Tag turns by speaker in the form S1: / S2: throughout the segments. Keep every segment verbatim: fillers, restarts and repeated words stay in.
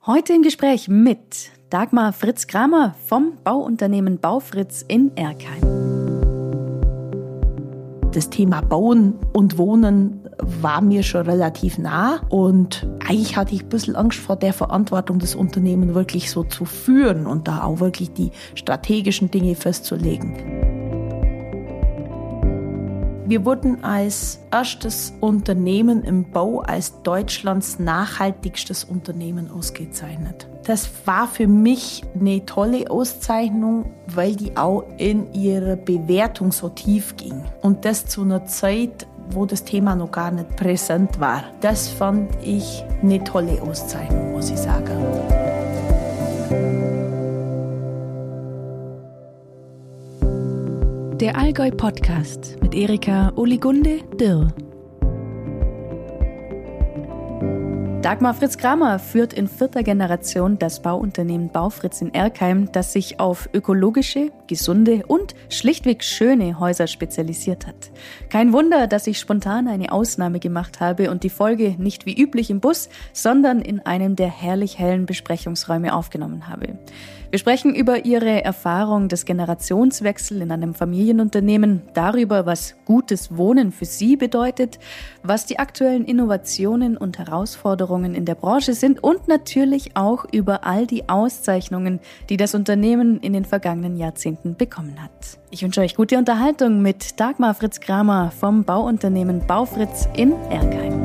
S1: Heute im Gespräch mit Dagmar Fritz-Kramer vom Bauunternehmen Baufritz in Erkheim.
S2: Das Thema Bauen und Wohnen war mir schon relativ nah und eigentlich hatte ich ein bisschen Angst vor der Verantwortung, das Unternehmen wirklich so zu führen und da auch wirklich die strategischen Dinge festzulegen. Wir wurden als erstes Unternehmen im Bau als Deutschlands nachhaltigstes Unternehmen ausgezeichnet. Das war für mich eine tolle Auszeichnung, weil die auch in ihrer Bewertung so tief ging. Und das zu einer Zeit, wo das Thema noch gar nicht präsent war. Das fand ich eine tolle Auszeichnung, muss ich sagen.
S1: Der Allgäu-Podcast mit Erika Oligunde Dirr. Dagmar Fritz-Kramer führt in vierter Generation das Bauunternehmen Baufritz in Erkheim, das sich auf ökologische, gesunde und schlichtweg schöne Häuser spezialisiert hat. Kein Wunder, dass ich spontan eine Ausnahme gemacht habe und die Folge nicht wie üblich im Bus, sondern in einem der herrlich hellen Besprechungsräume aufgenommen habe. Wir sprechen über ihre Erfahrung des Generationswechsels in einem Familienunternehmen, darüber, was gutes Wohnen für sie bedeutet, was die aktuellen Innovationen und Herausforderungen in der Branche sind und natürlich auch über all die Auszeichnungen, die das Unternehmen in den vergangenen Jahrzehnten bekommen hat. Ich wünsche euch gute Unterhaltung mit Dagmar Fritz-Kramer vom Bauunternehmen Baufritz in Erkheim.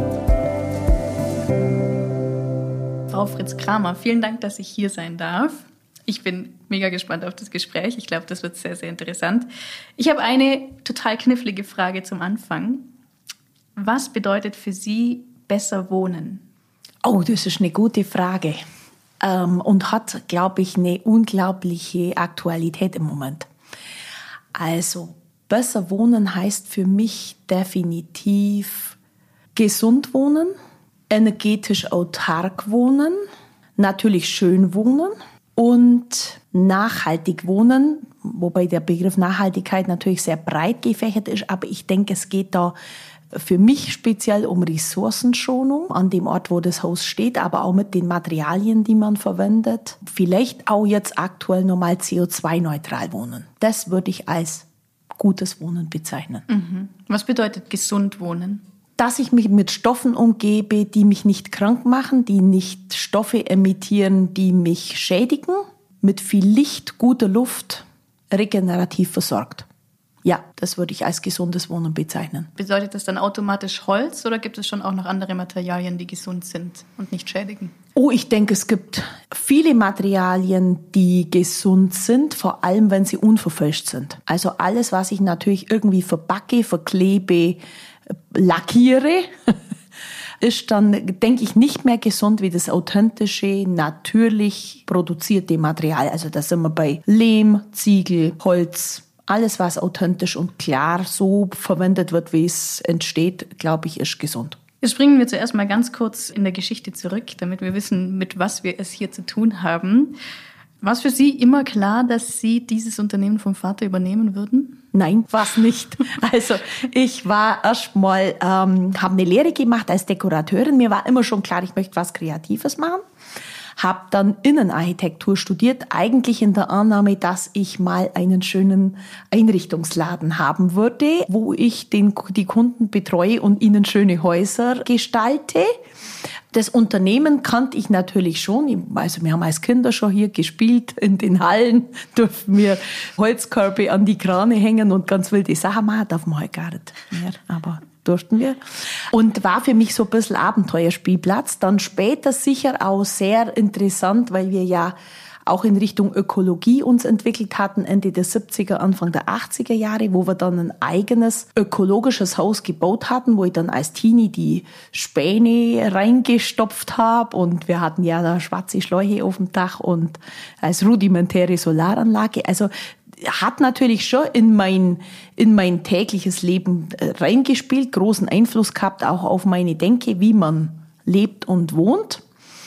S1: Frau Fritz-Kramer, vielen Dank, dass ich hier sein darf. Ich bin mega gespannt auf das Gespräch. Ich glaube, das wird sehr, sehr interessant. Ich habe eine total knifflige Frage zum Anfang. Was bedeutet für Sie besser wohnen?
S2: Oh, das ist eine gute Frage ähm, und hat, glaube ich, eine unglaubliche Aktualität im Moment. Also, besser wohnen heißt für mich definitiv gesund wohnen, energetisch autark wohnen, natürlich schön wohnen und nachhaltig wohnen, wobei der Begriff Nachhaltigkeit natürlich sehr breit gefächert ist, aber ich denke, es geht da für mich speziell um Ressourcenschonung an dem Ort, wo das Haus steht, aber auch mit den Materialien, die man verwendet. Vielleicht auch jetzt aktuell nochmal C O zwei neutral wohnen. Das würde ich als gutes Wohnen bezeichnen.
S1: Mhm. Was bedeutet gesund wohnen?
S2: Dass ich mich mit Stoffen umgebe, die mich nicht krank machen, die nicht Stoffe emittieren, die mich schädigen, mit viel Licht, guter Luft, regenerativ versorgt. Ja, das würde ich als gesundes Wohnen bezeichnen.
S1: Bedeutet das dann automatisch Holz oder gibt es schon auch noch andere Materialien, die gesund sind und nicht schädigen?
S2: Oh, ich denke, es gibt viele Materialien, die gesund sind, vor allem wenn sie unverfälscht sind. Also alles, was ich natürlich irgendwie verbacke, verklebe, lackiere, ist dann, denke ich, nicht mehr gesund wie das authentische, natürlich produzierte Material. Also da sind wir bei Lehm, Ziegel, Holz, alles, was authentisch und klar so verwendet wird, wie es entsteht, glaube ich, ist gesund.
S1: Jetzt springen wir zuerst mal ganz kurz in der Geschichte zurück, damit wir wissen, mit was wir es hier zu tun haben. War es für Sie immer klar, dass Sie dieses Unternehmen vom Vater übernehmen würden?
S2: Nein, war es nicht. Also ich war erst mal, ähm, habe eine Lehre gemacht als Dekorateurin. Mir war immer schon klar, ich möchte was Kreatives machen. Habe dann Innenarchitektur studiert, eigentlich in der Annahme, dass ich mal einen schönen Einrichtungsladen haben würde, wo ich den, die Kunden betreue und ihnen schöne Häuser gestalte. Das Unternehmen kannte ich natürlich schon. Also wir haben als Kinder schon hier gespielt. In den Hallen durften wir Holzkörbe an die Krane hängen und ganz wilde Sachen machen. Darf man heute gar nicht mehr, aber durften wir. Und war für mich so ein bisschen Abenteuerspielplatz. Dann später sicher auch sehr interessant, weil wir ja auch in Richtung Ökologie uns entwickelt hatten, Ende der siebziger, Anfang der achtziger Jahre, wo wir dann ein eigenes ökologisches Haus gebaut hatten, wo ich dann als Teenie die Späne reingestopft habe und wir hatten ja da schwarze Schläuche auf dem Dach und als rudimentäre Solaranlage. Also hat natürlich schon in mein, in mein tägliches Leben reingespielt, großen Einfluss gehabt, auch auf meine Denke, wie man lebt und wohnt.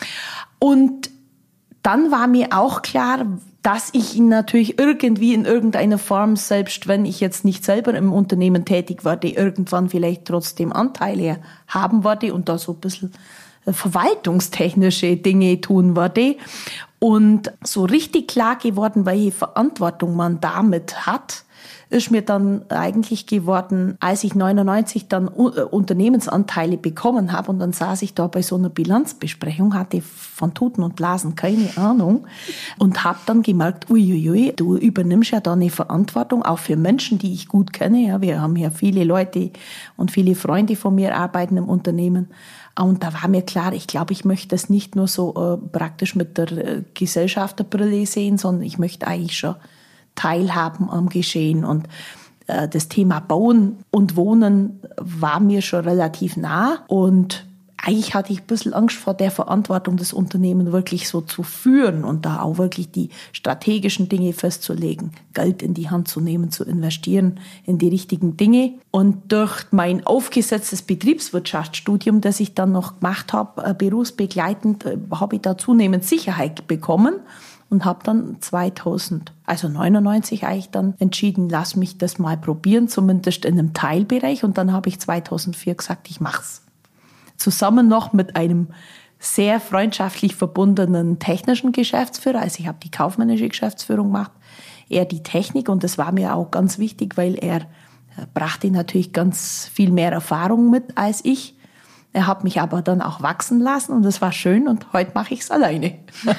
S2: Und dann war mir auch klar, dass ich ihn natürlich irgendwie in irgendeiner Form, selbst wenn ich jetzt nicht selber im Unternehmen tätig werde, irgendwann vielleicht trotzdem Anteile haben werde und da so ein bisschen verwaltungstechnische Dinge tun würde. Und so richtig klar geworden, welche Verantwortung man damit hat, ist mir dann eigentlich geworden, als ich neunundneunzig dann Unternehmensanteile bekommen habe und dann saß ich da bei so einer Bilanzbesprechung, hatte von Tuten und Blasen keine Ahnung und habe dann gemerkt, uiuiui, du übernimmst ja da eine Verantwortung, auch für Menschen, die ich gut kenne. Ja, wir haben ja viele Leute und viele Freunde von mir arbeiten im Unternehmen. Und da war mir klar, ich glaube, ich möchte das nicht nur so äh, praktisch mit der äh, Gesellschafterbrille sehen, sondern ich möchte eigentlich schon teilhaben am Geschehen. Und äh, das Thema Bauen und Wohnen war mir schon relativ nah. Und eigentlich hatte ich ein bisschen Angst vor der Verantwortung, das Unternehmen wirklich so zu führen und da auch wirklich die strategischen Dinge festzulegen, Geld in die Hand zu nehmen, zu investieren in die richtigen Dinge. Und durch mein aufgesetztes Betriebswirtschaftsstudium, das ich dann noch gemacht habe, äh, berufsbegleitend, äh, habe ich da zunehmend Sicherheit bekommen. Und habe dann zweitausend, also neunundneunzig eigentlich dann entschieden, lass mich das mal probieren, zumindest in einem Teilbereich. Und dann habe ich zweitausendvier gesagt, ich mach's. Zusammen noch mit einem sehr freundschaftlich verbundenen technischen Geschäftsführer. Also ich habe die kaufmännische Geschäftsführung gemacht, er die Technik. Und das war mir auch ganz wichtig, weil er brachte natürlich ganz viel mehr Erfahrung mit als ich. Er hat mich aber dann auch wachsen lassen und das war schön und heute mache ich es alleine.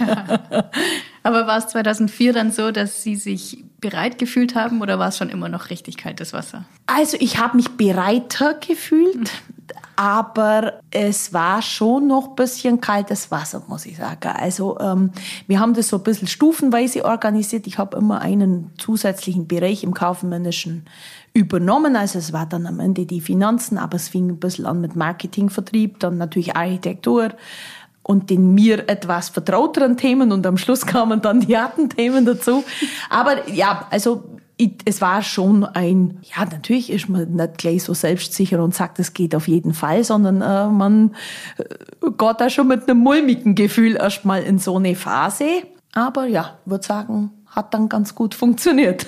S1: Aber war es zweitausendvier dann so, dass Sie sich bereit gefühlt haben oder war es schon immer noch richtig kaltes Wasser?
S2: Also ich habe mich bereiter gefühlt, mhm. aber es war schon noch ein bisschen kaltes Wasser, muss ich sagen. Also ähm, wir haben das so ein bisschen stufenweise organisiert. Ich habe immer einen zusätzlichen Bereich im Kaufmännischen übernommen. Also es war dann am Ende die Finanzen, aber es fing ein bisschen an mit Marketing, Vertrieb, dann natürlich Architektur und den mir etwas vertrauteren Themen und am Schluss kamen dann die harten Themen dazu. Aber ja, also ich, es war schon ein, ja natürlich ist man nicht gleich so selbstsicher und sagt, es geht auf jeden Fall, sondern äh, man äh, geht da schon mit einem mulmigen Gefühl erstmal in so eine Phase. Aber ja, würde sagen, hat dann ganz gut funktioniert.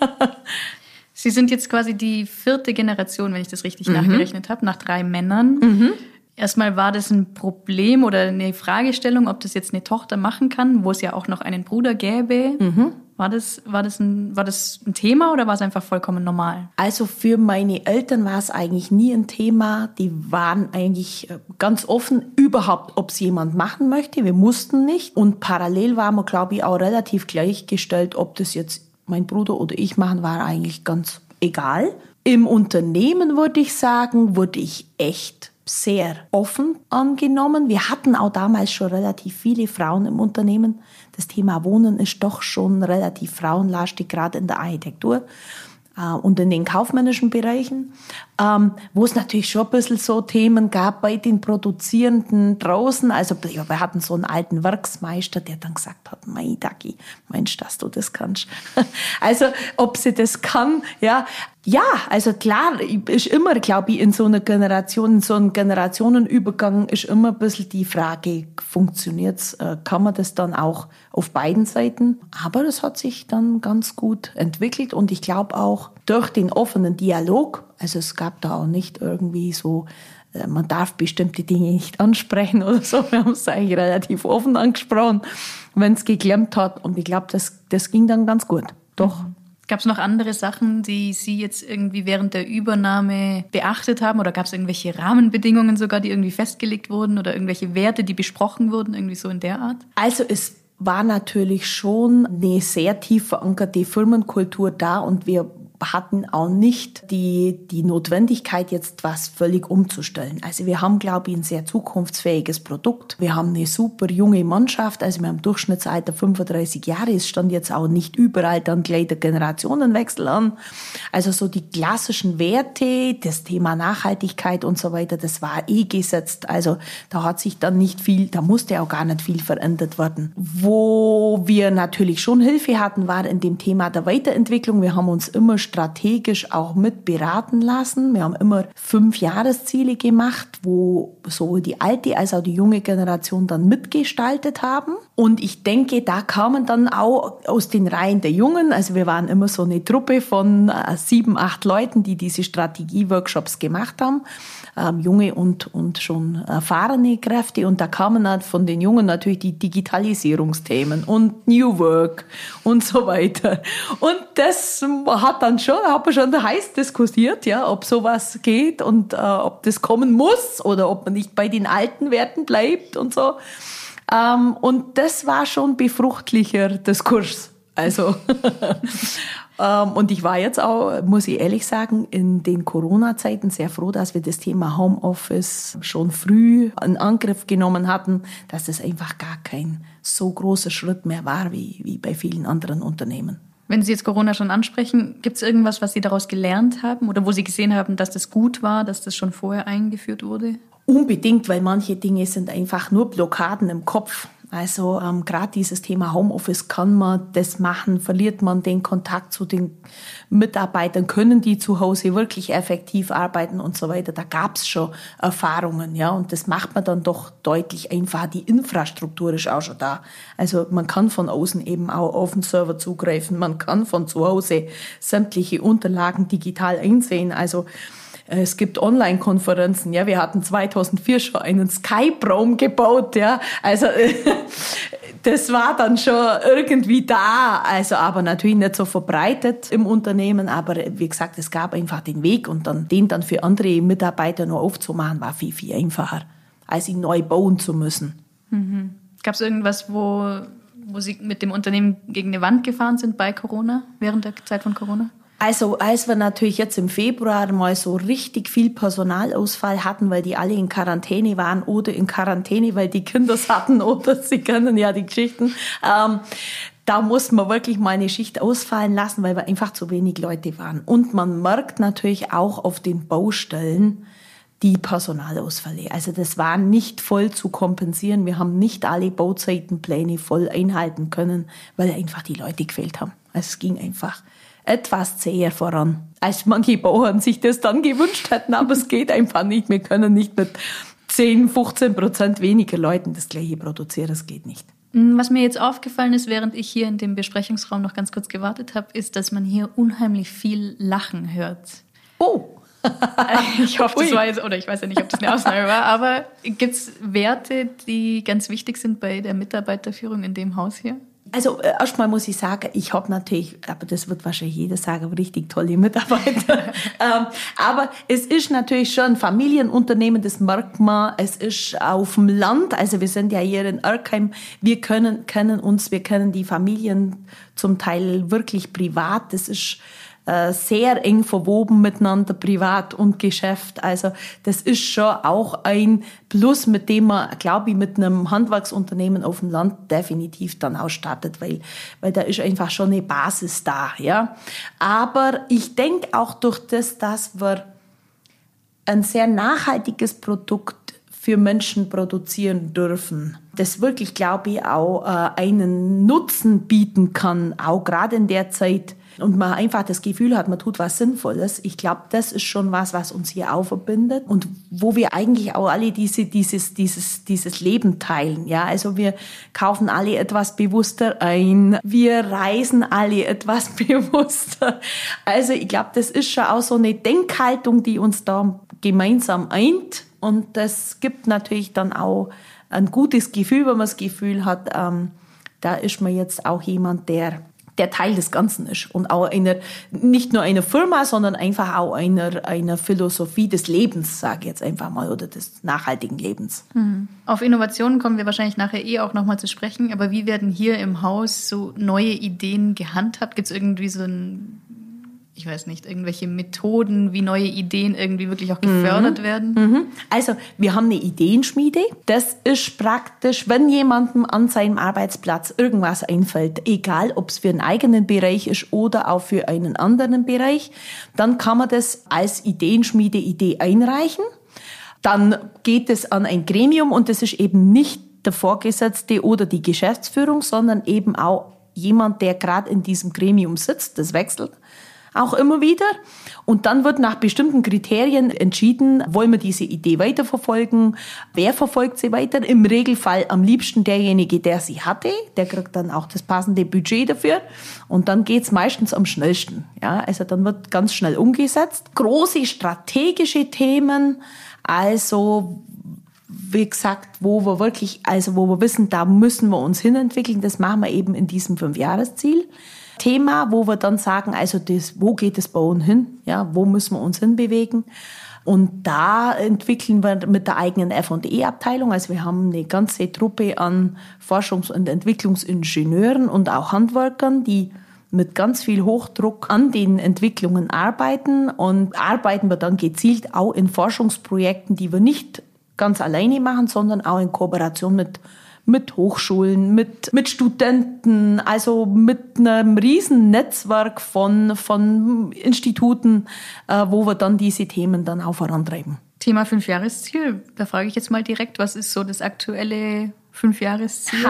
S1: Sie sind jetzt quasi die vierte Generation, wenn ich das richtig mhm. nachgerechnet habe, nach drei Männern. Mhm. Erstmal war das ein Problem oder eine Fragestellung, ob das jetzt eine Tochter machen kann, wo es ja auch noch einen Bruder gäbe. Mhm. War das, war das ein, war das ein Thema oder war es einfach vollkommen normal?
S2: Also für meine Eltern war es eigentlich nie ein Thema. Die waren eigentlich ganz offen überhaupt, ob es jemand machen möchte. Wir mussten nicht. Und parallel waren wir, glaube ich, auch relativ gleichgestellt, ob das jetzt mein Bruder oder ich machen, war eigentlich ganz egal. Im Unternehmen würde ich sagen, wurde ich echt sehr offen angenommen. Wir hatten auch damals schon relativ viele Frauen im Unternehmen. Das Thema Wohnen ist doch schon relativ frauenlastig, gerade in der Architektur äh, und in den kaufmännischen Bereichen, ähm, wo es natürlich schon ein bisschen so Themen gab bei den Produzierenden draußen. Also ja, wir hatten so einen alten Werksmeister, der dann gesagt hat, mei Dagi, Mensch, dass du das kannst. Also ob sie das kann, ja, Ja, also klar, ist immer, glaube ich, in so einer Generation, in so einem Generationenübergang ist immer ein bisschen die Frage, funktioniert's, kann man das dann auch auf beiden Seiten? Aber das hat sich dann ganz gut entwickelt und ich glaube auch durch den offenen Dialog, also es gab da auch nicht irgendwie so, man darf bestimmte Dinge nicht ansprechen oder so, wir haben es eigentlich relativ offen angesprochen, wenn es geklemmt hat und ich glaube, das, das ging dann ganz gut, doch. Mhm.
S1: Gab es noch andere Sachen, die Sie jetzt irgendwie während der Übernahme beachtet haben? Oder gab es irgendwelche Rahmenbedingungen sogar, die irgendwie festgelegt wurden? Oder irgendwelche Werte, die besprochen wurden, irgendwie so in der Art?
S2: Also es war natürlich schon eine sehr tief verankerte Firmenkultur da und wir hatten auch nicht die, die Notwendigkeit, jetzt was völlig umzustellen. Also wir haben, glaube ich, ein sehr zukunftsfähiges Produkt. Wir haben eine super junge Mannschaft, also wir haben Durchschnittsalter fünfunddreißig Jahre. Es stand jetzt auch nicht überall dann gleich der Generationenwechsel an. Also so die klassischen Werte, das Thema Nachhaltigkeit und so weiter, das war eh gesetzt. Also da hat sich dann nicht viel, da musste auch gar nicht viel verändert werden. Wo wir natürlich schon Hilfe hatten, war in dem Thema der Weiterentwicklung. Wir haben uns immer strategisch auch mit beraten lassen. Wir haben immer fünf Jahresziele gemacht, wo sowohl die alte als auch die junge Generation dann mitgestaltet haben. Und ich denke, da kamen dann auch aus den Reihen der Jungen, also wir waren immer so eine Truppe von äh, sieben, acht Leuten, die diese Strategie-Workshops gemacht haben, ähm, junge und, und schon erfahrene Kräfte. Und da kamen halt von den Jungen natürlich die Digitalisierungsthemen und New Work und so weiter. Und das hat dann schon, hat man schon heiß diskutiert, ja, ob sowas geht und äh, ob das kommen muss oder ob man nicht bei den alten Werten bleibt und so. Ähm, und das war schon befruchtlicher Diskurs. Also, ähm, und ich war jetzt auch, muss ich ehrlich sagen, in den Corona-Zeiten sehr froh, dass wir das Thema Homeoffice schon früh in Angriff genommen hatten, dass das einfach gar kein so großer Schritt mehr war wie, wie bei vielen anderen Unternehmen.
S1: Wenn Sie jetzt Corona schon ansprechen, gibt es irgendwas, was Sie daraus gelernt haben oder wo Sie gesehen haben, dass das gut war, dass das schon vorher eingeführt wurde?
S2: Unbedingt, weil manche Dinge sind einfach nur Blockaden im Kopf. Also ähm, gerade dieses Thema Homeoffice, kann man das machen, verliert man den Kontakt zu den Mitarbeitern, können die zu Hause wirklich effektiv arbeiten und so weiter. Da gab es schon Erfahrungen, ja, und das macht man dann doch deutlich einfacher. Die Infrastruktur ist auch schon da. Also man kann von außen eben auch auf den Server zugreifen, man kann von zu Hause sämtliche Unterlagen digital einsehen. Also es gibt Online-Konferenzen, ja, wir hatten zweitausendvier schon einen Skype-Raum gebaut, ja, also das war dann schon irgendwie da, also aber natürlich nicht so verbreitet im Unternehmen, aber wie gesagt, es gab einfach den Weg und dann den dann für andere Mitarbeiter nur aufzumachen, war viel, viel einfacher, als ihn neu bauen zu müssen.
S1: Mhm. Gab es irgendwas, wo, wo Sie mit dem Unternehmen gegen eine Wand gefahren sind bei Corona, während der Zeit von Corona?
S2: Also als wir natürlich jetzt im Februar mal so richtig viel Personalausfall hatten, weil die alle in Quarantäne waren oder in Quarantäne, weil die Kinder es hatten oder sie kennen ja die Geschichten, ähm, da mussten wir wirklich mal eine Schicht ausfallen lassen, weil wir einfach zu wenig Leute waren. Und man merkt natürlich auch auf den Baustellen die Personalausfälle. Also das war nicht voll zu kompensieren. Wir haben nicht alle Bauzeitenpläne voll einhalten können, weil einfach die Leute gefehlt haben. Also es ging einfach etwas zäher voran, als manche Bauern sich das dann gewünscht hätten. Aber es geht einfach nicht. Wir können nicht mit zehn, fünfzehn Prozent weniger Leuten das Gleiche produzieren. Das geht nicht.
S1: Was mir jetzt aufgefallen ist, während ich hier in dem Besprechungsraum noch ganz kurz gewartet habe, ist, dass man hier unheimlich viel Lachen hört.
S2: Oh!
S1: Ich hoffe, das war jetzt, oder ich weiß ja nicht, ob das eine Ausnahme war, aber gibt es Werte, die ganz wichtig sind bei der Mitarbeiterführung in dem Haus hier?
S2: Also äh, erstmal muss ich sagen, ich habe natürlich, aber das wird wahrscheinlich jeder sagen, richtig tolle Mitarbeiter. ähm, aber es ist natürlich schon ein Familienunternehmen, das merkt man. Es ist auf dem Land, also wir sind ja hier in Erkheim, wir können, kennen uns, wir kennen die Familien zum Teil wirklich privat. Das ist sehr eng verwoben miteinander, privat und Geschäft. Also das ist schon auch ein Plus, mit dem man, glaube ich, mit einem Handwerksunternehmen auf dem Land definitiv dann ausstattet, weil, weil da ist einfach schon eine Basis da. Ja. Aber ich denke auch durch das, dass wir ein sehr nachhaltiges Produkt für Menschen produzieren dürfen, das wirklich, glaube ich, auch einen Nutzen bieten kann, auch gerade in der Zeit, und man einfach das Gefühl hat, man tut was Sinnvolles. Ich glaube, das ist schon was, was uns hier auch verbindet und wo wir eigentlich auch alle diese, dieses, dieses, dieses Leben teilen. Ja, also wir kaufen alle etwas bewusster ein. Wir reisen alle etwas bewusster. Also ich glaube, das ist schon auch so eine Denkhaltung, die uns da gemeinsam eint. Und das gibt natürlich dann auch ein gutes Gefühl, wenn man das Gefühl hat, ähm, da ist man jetzt auch jemand, der der Teil des Ganzen ist und auch einer, nicht nur einer Firma, sondern einfach auch einer, einer Philosophie des Lebens, sage ich jetzt einfach mal, oder des nachhaltigen Lebens.
S1: Mhm. Auf Innovationen kommen wir wahrscheinlich nachher eh auch nochmal zu sprechen, aber wie werden hier im Haus so neue Ideen gehandhabt? Gibt es irgendwie so ein, ich weiß nicht, irgendwelche Methoden, wie neue Ideen irgendwie wirklich auch gefördert mhm. werden?
S2: Mhm. Also wir haben eine Ideenschmiede. Das ist praktisch, wenn jemandem an seinem Arbeitsplatz irgendwas einfällt, egal ob es für einen eigenen Bereich ist oder auch für einen anderen Bereich, dann kann man das als Ideenschmiede-Idee einreichen. Dann geht es an ein Gremium und das ist eben nicht der Vorgesetzte oder die Geschäftsführung, sondern eben auch jemand, der gerade in diesem Gremium sitzt. Das wechselt. auch immer wieder. Und dann wird nach bestimmten Kriterien entschieden, wollen wir diese Idee weiterverfolgen, wer verfolgt sie weiter. Im Regelfall am liebsten derjenige, der sie hatte, der kriegt dann auch das passende Budget dafür. Und dann geht's meistens am schnellsten. Ja, also dann wird ganz schnell umgesetzt. Große strategische Themen, also wie gesagt, wo wir wirklich, also wo wir wissen, da müssen wir uns hinentwickeln, das machen wir eben in diesem Fünfjahresziel. Thema, wo wir dann sagen, also das, wo geht das Bauen hin? Ja, wo müssen wir uns hinbewegen? Und da entwickeln wir mit der eigenen F und E-Abteilung, also wir haben eine ganze Truppe an Forschungs- und Entwicklungsingenieuren und auch Handwerkern, die mit ganz viel Hochdruck an den Entwicklungen arbeiten und arbeiten wir dann gezielt auch in Forschungsprojekten, die wir nicht ganz alleine machen, sondern auch in Kooperation mit mit Hochschulen, mit, mit Studenten, also mit einem riesen Netzwerk von, von Instituten, äh, wo wir dann diese Themen dann auch vorantreiben.
S1: Thema Fünfjahresziel, da frage ich jetzt mal direkt, was ist so das aktuelle Fünfjahresziel?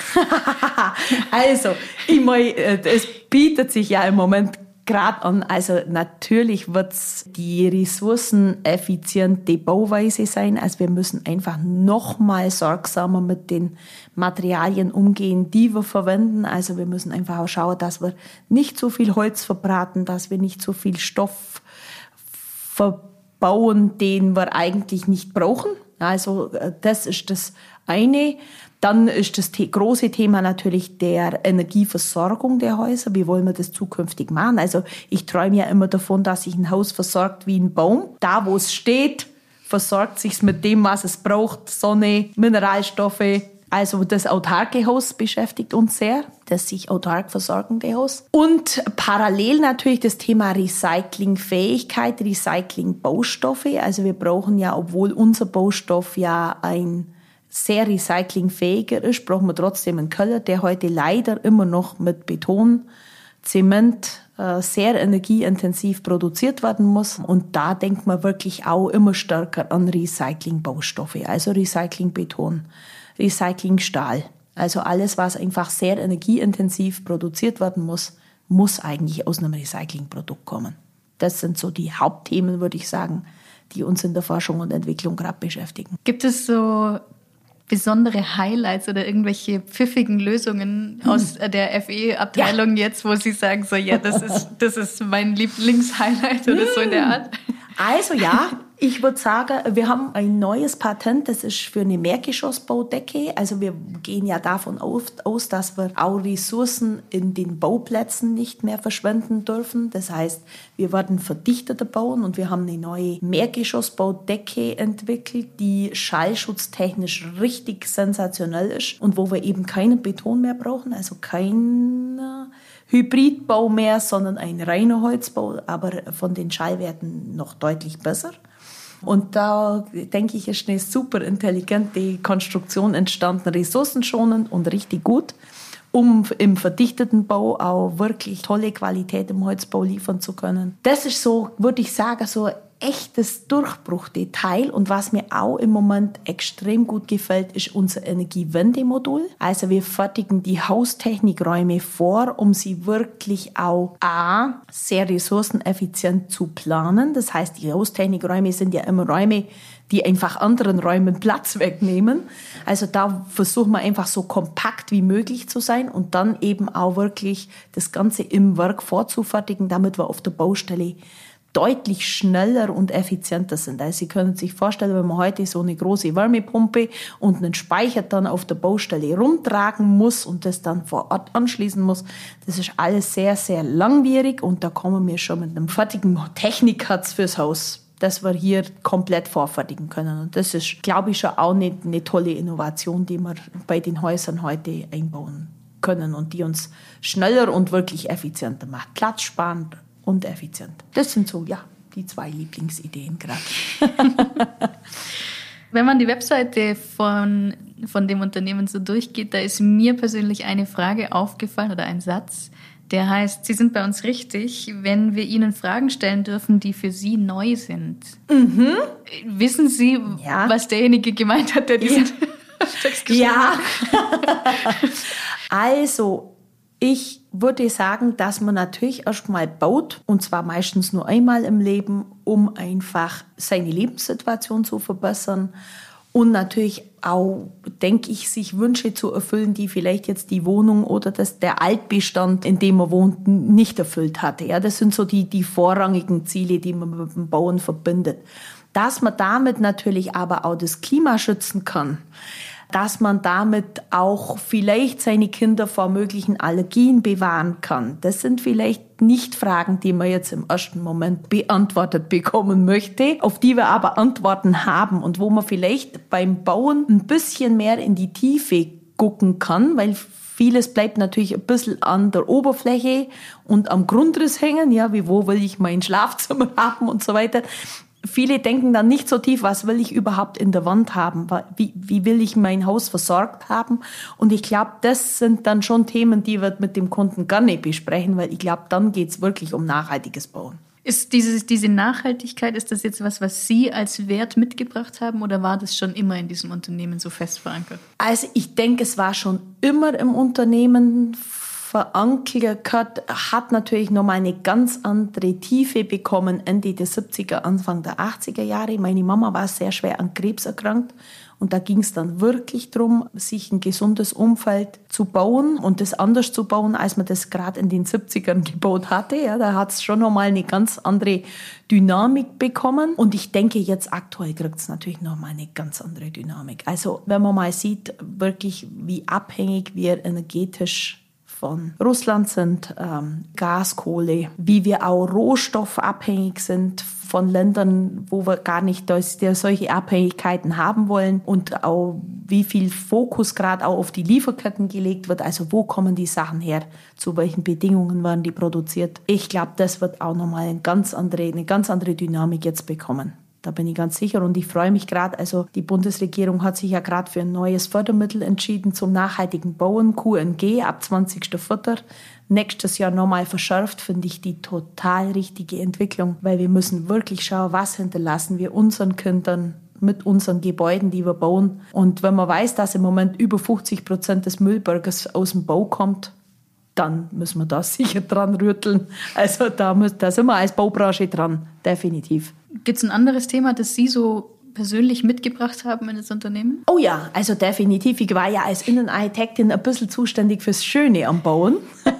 S2: Also, ich meine, es bietet sich ja im Moment gerade an, also natürlich wird's die ressourceneffiziente Bauweise sein. Also wir müssen einfach noch mal sorgsamer mit den Materialien umgehen, die wir verwenden. Also wir müssen einfach auch schauen, dass wir nicht so viel Holz verbraten, dass wir nicht so viel Stoff verbauen, den wir eigentlich nicht brauchen. Also das ist das eine. Dann ist das große Thema natürlich der Energieversorgung der Häuser. Wie wollen wir das zukünftig machen? Also ich träume ja immer davon, dass sich ein Haus versorgt wie ein Baum. Da, wo es steht, versorgt sich's mit dem, was es braucht. Sonne, Mineralstoffe. Also das autarke Haus beschäftigt uns sehr, das sich autark versorgende Haus. Und parallel natürlich das Thema Recyclingfähigkeit, Recyclingbaustoffe. Also wir brauchen ja, obwohl unser Baustoff ja ein sehr recyclingfähiger ist, brauchen wir trotzdem einen Keller, der heute leider immer noch mit Beton, Zement äh, sehr energieintensiv produziert werden muss. Und da denkt man wirklich auch immer stärker an Recyclingbaustoffe, also Recyclingbeton, Recyclingstahl. Also alles, was einfach sehr energieintensiv produziert werden muss, muss eigentlich aus einem Recyclingprodukt kommen. Das sind so die Hauptthemen, würde ich sagen, die uns in der Forschung und Entwicklung gerade beschäftigen.
S1: Gibt es so besondere Highlights oder irgendwelche pfiffigen Lösungen aus der F E-Abteilung ja. jetzt, wo Sie sagen, so ja, das ist, das ist mein Lieblingshighlight oder so in der Art?
S2: Also ja, ich würde sagen, wir haben ein neues Patent, das ist für eine Mehrgeschossbaudecke. Also wir gehen ja davon aus, dass wir auch Ressourcen in den Bauplätzen nicht mehr verschwenden dürfen. Das heißt, wir werden verdichteter bauen und wir haben eine neue Mehrgeschossbaudecke entwickelt, die schallschutztechnisch richtig sensationell ist und wo wir eben keinen Beton mehr brauchen, also kein Hybridbau mehr, sondern ein reiner Holzbau, aber von den Schallwerten noch deutlich besser. Und da, denke ich, ist eine super intelligente Konstruktion entstanden, ressourcenschonend und richtig gut, um im verdichteten Bau auch wirklich tolle Qualität im Holzbau liefern zu können. Das ist so, würde ich sagen, so ein echtes Durchbruchdetail. Und was mir auch im Moment extrem gut gefällt, ist unser Energiewendemodul. Also wir fertigen die Haustechnikräume vor, um sie wirklich auch a, sehr ressourceneffizient zu planen. Das heißt, die Haustechnikräume sind ja immer Räume, die einfach anderen Räumen Platz wegnehmen. Also da versuchen wir einfach so kompakt wie möglich zu sein und dann eben auch wirklich das Ganze im Werk vorzufertigen, damit wir auf der Baustelle deutlich schneller und effizienter sind. Also Sie können sich vorstellen, wenn man heute so eine große Wärmepumpe und einen Speicher dann auf der Baustelle rumtragen muss und das dann vor Ort anschließen muss, das ist alles sehr, sehr langwierig und da kommen wir schon mit einem fertigen Technikherz fürs Haus, das wir hier komplett vorfertigen können. Und das ist, glaube ich, schon auch eine, eine tolle Innovation, die wir bei den Häusern heute einbauen können und die uns schneller und wirklich effizienter macht. Platzsparend und effizient. Das sind so, ja, die zwei Lieblingsideen gerade.
S1: Wenn man die Webseite von, von dem Unternehmen so durchgeht, da ist mir persönlich eine Frage aufgefallen oder ein Satz, der heißt, Sie sind bei uns richtig, wenn wir Ihnen Fragen stellen dürfen, die für Sie neu sind.
S2: Mhm.
S1: Wissen Sie, ja. was derjenige gemeint hat, der diesen
S2: ja. Text geschrieben hat? Ja. Also, Ich würde sagen, dass man natürlich erstmal baut, und zwar meistens nur einmal im Leben, um einfach seine Lebenssituation zu verbessern und natürlich auch, denke ich, sich Wünsche zu erfüllen, die vielleicht jetzt die Wohnung oder das, der Altbestand, in dem man wohnt, nicht erfüllt hatte. Ja, das sind so die, die vorrangigen Ziele, die man mit dem Bauen verbindet. Dass man damit natürlich aber auch das Klima schützen kann, dass man damit auch vielleicht seine Kinder vor möglichen Allergien bewahren kann. Das sind vielleicht nicht Fragen, die man jetzt im ersten Moment beantwortet bekommen möchte, auf die wir aber Antworten haben und wo man vielleicht beim Bauen ein bisschen mehr in die Tiefe gucken kann, weil vieles bleibt natürlich ein bisschen an der Oberfläche und am Grundriss hängen, ja, wie wo will ich mein Schlafzimmer haben und so weiter. Viele denken dann nicht so tief, was will ich überhaupt in der Wand haben, wie, wie will ich mein Haus versorgt haben. Und ich glaube, das sind dann schon Themen, die wir mit dem Kunden gar nicht besprechen, weil ich glaube, dann geht es wirklich um nachhaltiges Bauen.
S1: Ist dieses, diese Nachhaltigkeit, ist das jetzt was, was Sie als Wert mitgebracht haben oder war das schon immer in diesem Unternehmen so fest verankert?
S2: Also ich denke, es war schon immer im Unternehmen verankert, hat natürlich nochmal eine ganz andere Tiefe bekommen Ende der siebziger, Anfang der achtziger Jahre. Meine Mama war sehr schwer an Krebs erkrankt und da ging es dann wirklich darum, sich ein gesundes Umfeld zu bauen und das anders zu bauen, als man das gerade in den siebzigern gebaut hatte. Ja, da hat es schon nochmal eine ganz andere Dynamik bekommen und ich denke, jetzt aktuell kriegt es natürlich nochmal eine ganz andere Dynamik. Also wenn man mal sieht, wirklich wie abhängig wir energetisch von Russland sind, ähm, Gas, Kohle, wie wir auch rohstoffabhängig sind von Ländern, wo wir gar nicht das, der solche Abhängigkeiten haben wollen und auch wie viel Fokus gerade auch auf die Lieferketten gelegt wird, also wo kommen die Sachen her, zu welchen Bedingungen werden die produziert. Ich glaube, das wird auch nochmal eine ganz andere, eine ganz andere Dynamik jetzt bekommen. Da bin ich ganz sicher und ich freue mich gerade. Also die Bundesregierung hat sich ja gerade für ein neues Fördermittel entschieden zum nachhaltigen Bauen, Q N G, ab zwanzigster vierter Nächstes Jahr nochmal verschärft, finde ich die total richtige Entwicklung, weil wir müssen wirklich schauen, was hinterlassen wir unseren Kindern mit unseren Gebäuden, die wir bauen. Und wenn man weiß, dass im Moment über fünfzig Prozent des Müllberges aus dem Bau kommt, dann müssen wir da sicher dran rütteln. Also da, müssen, da sind wir als Baubranche dran, definitiv.
S1: Gibt es ein anderes Thema, das Sie so persönlich mitgebracht haben in das Unternehmen?
S2: Oh ja, also definitiv. Ich war ja als Innenarchitektin ein bisschen zuständig fürs Schöne am Bauen.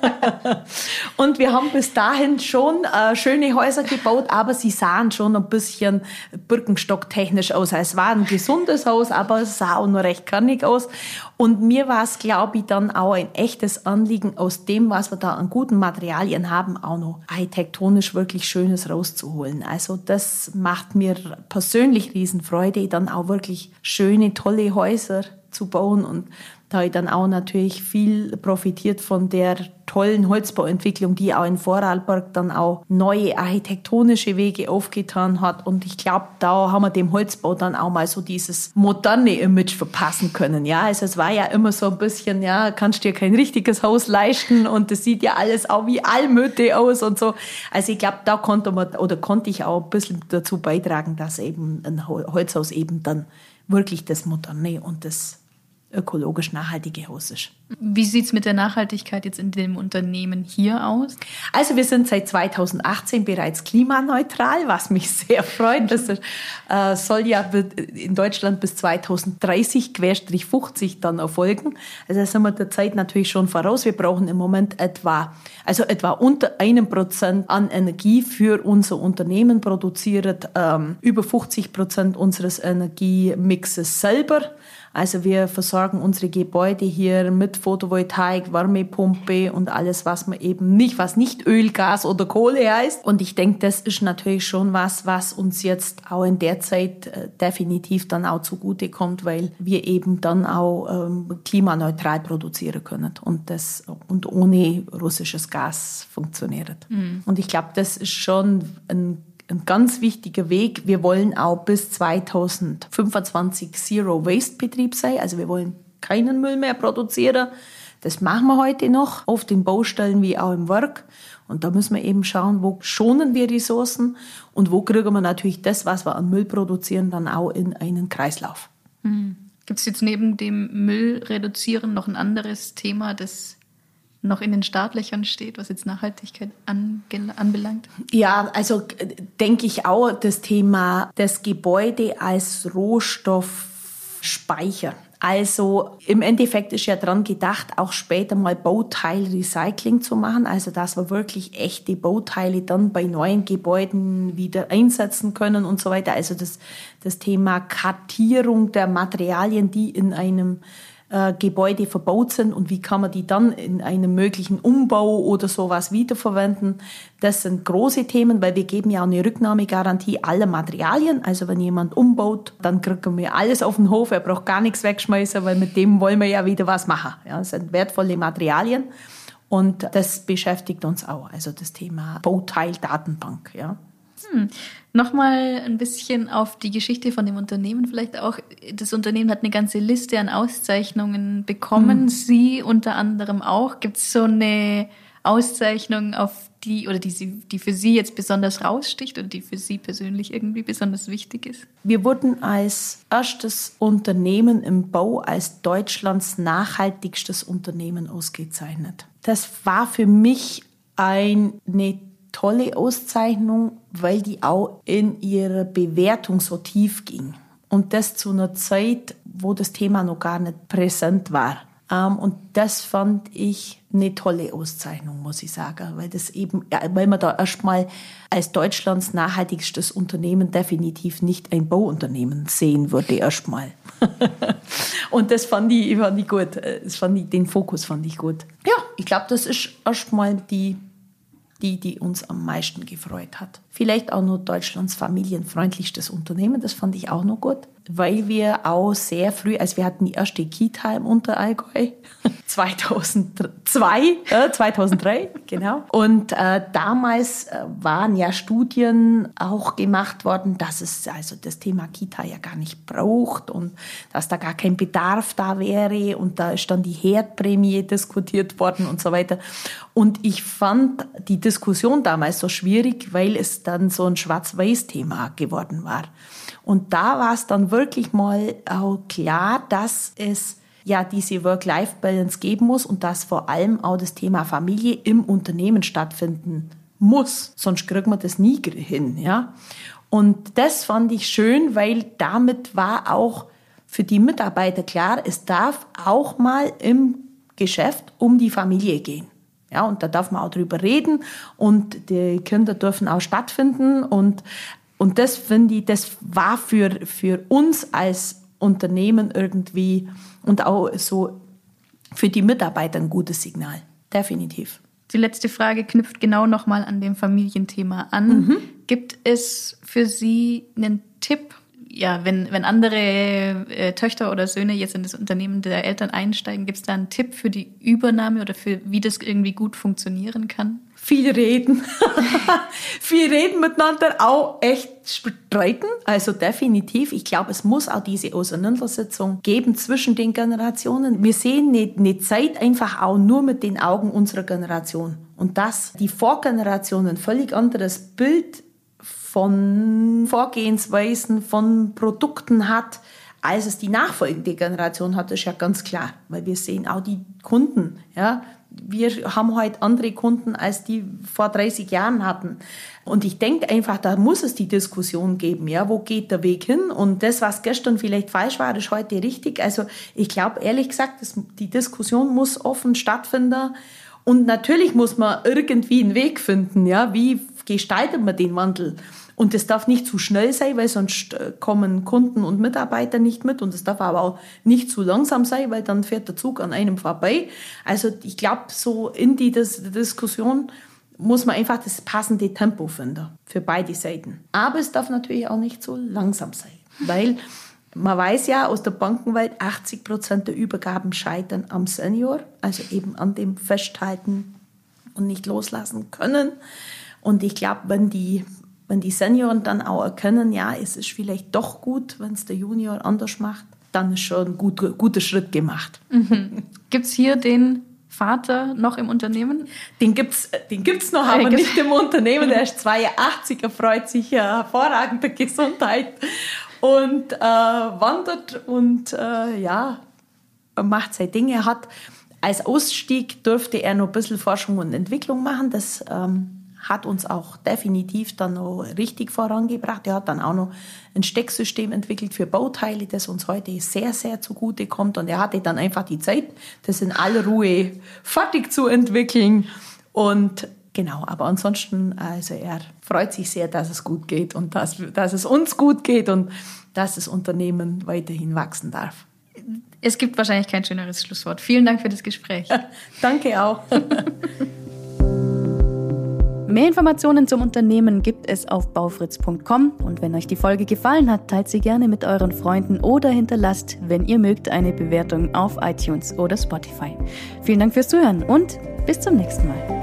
S2: Und wir haben bis dahin schon äh, schöne Häuser gebaut, aber sie sahen schon ein bisschen birkenstocktechnisch aus. Es war ein gesundes Haus, aber es sah auch noch recht kernig aus. Und mir war es, glaube ich, dann auch ein echtes Anliegen, aus dem, was wir da an guten Materialien haben, auch noch architektonisch wirklich Schönes rauszuholen. Also das macht mir persönlich Riesenfreude, dann auch wirklich schöne, tolle Häuser zu bauen. Und da habe ich dann auch natürlich viel profitiert von der tollen Holzbauentwicklung, die auch in Vorarlberg dann auch neue architektonische Wege aufgetan hat. Und ich glaube, da haben wir dem Holzbau dann auch mal so dieses moderne Image verpassen können. Ja, also es war ja immer so ein bisschen, ja, kannst dir kein richtiges Haus leisten und das sieht ja alles auch wie Almöte aus und so. Also ich glaube, da konnte man oder konnte ich auch ein bisschen dazu beitragen, dass eben ein Holzhaus eben dann wirklich das moderne und das ökologisch nachhaltige Haus ist.
S1: Wie sieht es mit der Nachhaltigkeit jetzt in dem Unternehmen hier aus?
S2: Also wir sind seit zweitausendachtzehn bereits klimaneutral, was mich sehr freut. Das äh, soll ja in Deutschland bis zweitausenddreißig, Querstrich fünfzig dann erfolgen. Also da sind wir der Zeit natürlich schon voraus. Wir brauchen im Moment etwa, also etwa unter einem Prozent an Energie für unser Unternehmen produziert, ähm, über fünfzig Prozent unseres Energiemixes selber. Also wir versorgen unsere Gebäude hier mit Photovoltaik, Wärmepumpe und alles, was man eben nicht, was nicht Öl, Gas oder Kohle heißt. Und ich denke, das ist natürlich schon was, was uns jetzt auch in der Zeit äh, definitiv dann auch zugutekommt, weil wir eben dann auch ähm, klimaneutral produzieren können und das und ohne russisches Gas funktioniert. Mhm. Und ich glaube, das ist schon ein Ein ganz wichtiger Weg. Wir wollen auch bis zweitausendfünfundzwanzig Zero-Waste-Betrieb sein. Also wir wollen keinen Müll mehr produzieren. Das machen wir heute noch, auf den Baustellen wie auch im Werk. Und da müssen wir eben schauen, wo schonen wir Ressourcen und wo kriegen wir natürlich das, was wir an Müll produzieren, dann auch in einen Kreislauf.
S1: Mhm. Gibt es jetzt neben dem Müll reduzieren noch ein anderes Thema, das noch in den Startlöchern steht, was jetzt Nachhaltigkeit ange- anbelangt?
S2: Ja, also denke ich auch, das Thema das Gebäude als Rohstoffspeicher. Also im Endeffekt ist ja dran gedacht, auch später mal Bauteilrecycling zu machen. Also dass wir wirklich echte Bauteile dann bei neuen Gebäuden wieder einsetzen können und so weiter. Also das, das Thema Kartierung der Materialien, die in einem äh, Gebäude verbaut sind und wie kann man die dann in einem möglichen Umbau oder sowas wiederverwenden. Das sind große Themen, weil wir geben ja auch eine Rücknahmegarantie aller Materialien. Also wenn jemand umbaut, dann kriegen wir alles auf den Hof. Er braucht gar nichts wegschmeißen, weil mit dem wollen wir ja wieder was machen. Ja, das sind wertvolle Materialien und das beschäftigt uns auch. Also das Thema Bauteildatenbank, ja.
S1: Hm. Nochmal ein bisschen auf die Geschichte von dem Unternehmen vielleicht auch. Das Unternehmen hat eine ganze Liste an Auszeichnungen bekommen. Hm. Sie unter anderem auch. Gibt es so eine Auszeichnung, auf die oder die, Sie, die für Sie jetzt besonders raussticht oder die für Sie persönlich irgendwie besonders wichtig ist?
S2: Wir wurden als erstes Unternehmen im Bau als Deutschlands nachhaltigstes Unternehmen ausgezeichnet. Das war für mich eine tolle Auszeichnung, weil die auch in ihrer Bewertung so tief ging. Und das zu einer Zeit, wo das Thema noch gar nicht präsent war. Und das fand ich eine tolle Auszeichnung, muss ich sagen, weil das eben, weil man da erstmal als Deutschlands nachhaltigstes Unternehmen definitiv nicht ein Bauunternehmen sehen würde erstmal. Und das fand ich, fand ich gut. Das fand ich, den Fokus fand ich gut. Ja, ich glaube, das ist erstmal die die, die uns am meisten gefreut hat. Vielleicht auch nur Deutschlands familienfreundlichstes Unternehmen, das fand ich auch noch gut, weil wir auch sehr früh, also wir hatten die erste Kita im Unterallgäu, zweitausendzwei, äh, zweitausenddrei, genau. Und äh, damals äh, waren ja Studien auch gemacht worden, dass es also das Thema Kita ja gar nicht braucht und dass da gar kein Bedarf da wäre und da ist dann die Herdprämie diskutiert worden und so weiter. Und ich fand die Diskussion damals so schwierig, weil es dann so ein Schwarz-Weiß-Thema geworden war. Und da war es dann wirklich mal auch klar, dass es ja diese Work-Life-Balance geben muss und dass vor allem auch das Thema Familie im Unternehmen stattfinden muss. Sonst kriegt man das nie hin, ja. Und das fand ich schön, weil damit war auch für die Mitarbeiter klar, es darf auch mal im Geschäft um die Familie gehen. Ja, und da darf man auch drüber reden und die Kinder dürfen auch stattfinden und, und das finde ich, das war für, für uns als Unternehmen irgendwie und auch so für die Mitarbeiter ein gutes Signal, definitiv.
S1: Die letzte Frage knüpft genau nochmal an dem Familienthema an. Mhm. Gibt es für Sie einen Tipp, ja, wenn, wenn andere äh, Töchter oder Söhne jetzt in das Unternehmen der Eltern einsteigen, gibt es da einen Tipp für die Übernahme oder für wie das irgendwie gut funktionieren kann?
S2: Viel reden. Viel reden miteinander, auch echt streiten. Also definitiv. Ich glaube, es muss auch diese Auseinandersetzung geben zwischen den Generationen. Wir sehen eine, eine Zeit einfach auch nur mit den Augen unserer Generation. Und dass die Vorgeneration ein völlig anderes Bild von Vorgehensweisen, von Produkten hat, als es die nachfolgende Generation hat, ist ja ganz klar. Weil wir sehen auch die Kunden. Ja. Wir haben heute andere Kunden, als die vor dreißig Jahren hatten. Und ich denke einfach, da muss es die Diskussion geben. Ja. Wo geht der Weg hin? Und das, was gestern vielleicht falsch war, ist heute richtig. Also ich glaube, ehrlich gesagt, das, die Diskussion muss offen stattfinden. Und natürlich muss man irgendwie einen Weg finden. Ja. Wie gestaltet man den Wandel? Und es darf nicht zu schnell sein, weil sonst kommen Kunden und Mitarbeiter nicht mit. Und es darf aber auch nicht zu langsam sein, weil dann fährt der Zug an einem vorbei. Also ich glaube, so in die Dis- Diskussion muss man einfach das passende Tempo finden für beide Seiten. Aber es darf natürlich auch nicht so langsam sein, weil man weiß ja aus der Bankenwelt, achtzig Prozent der Übergaben scheitern am Senior, also eben an dem Festhalten und nicht loslassen können. Und ich glaube, wenn die Wenn die Senioren dann auch erkennen, ja, es ist vielleicht doch gut, wenn es der Junior anders macht, dann ist schon ein gut, guter Schritt gemacht.
S1: Mhm. Gibt es hier den Vater noch im Unternehmen?
S2: Den gibt's, den gibt's noch, aber äh, nicht im Unternehmen. Der ist zweiundachtzig, er freut sich ja hervorragender Gesundheit und äh, wandert und äh, ja, macht seine Dinge. Er hat als Ausstieg durfte er noch ein bisschen Forschung und Entwicklung machen. Das ähm, hat uns auch definitiv dann noch richtig vorangebracht. Er hat dann auch noch ein Stecksystem entwickelt für Bauteile, das uns heute sehr, sehr zugute kommt. Und er hatte dann einfach die Zeit, das in aller Ruhe fertig zu entwickeln. Und genau, aber ansonsten, also er freut sich sehr, dass es gut geht und dass, dass es uns gut geht und dass das Unternehmen weiterhin wachsen darf.
S1: Es gibt wahrscheinlich kein schöneres Schlusswort. Vielen Dank für das Gespräch.
S2: Danke auch.
S1: Mehr Informationen zum Unternehmen gibt es auf baufritz punkt com und wenn euch die Folge gefallen hat, teilt sie gerne mit euren Freunden oder hinterlasst, wenn ihr mögt, eine Bewertung auf iTunes oder Spotify. Vielen Dank fürs Zuhören und bis zum nächsten Mal.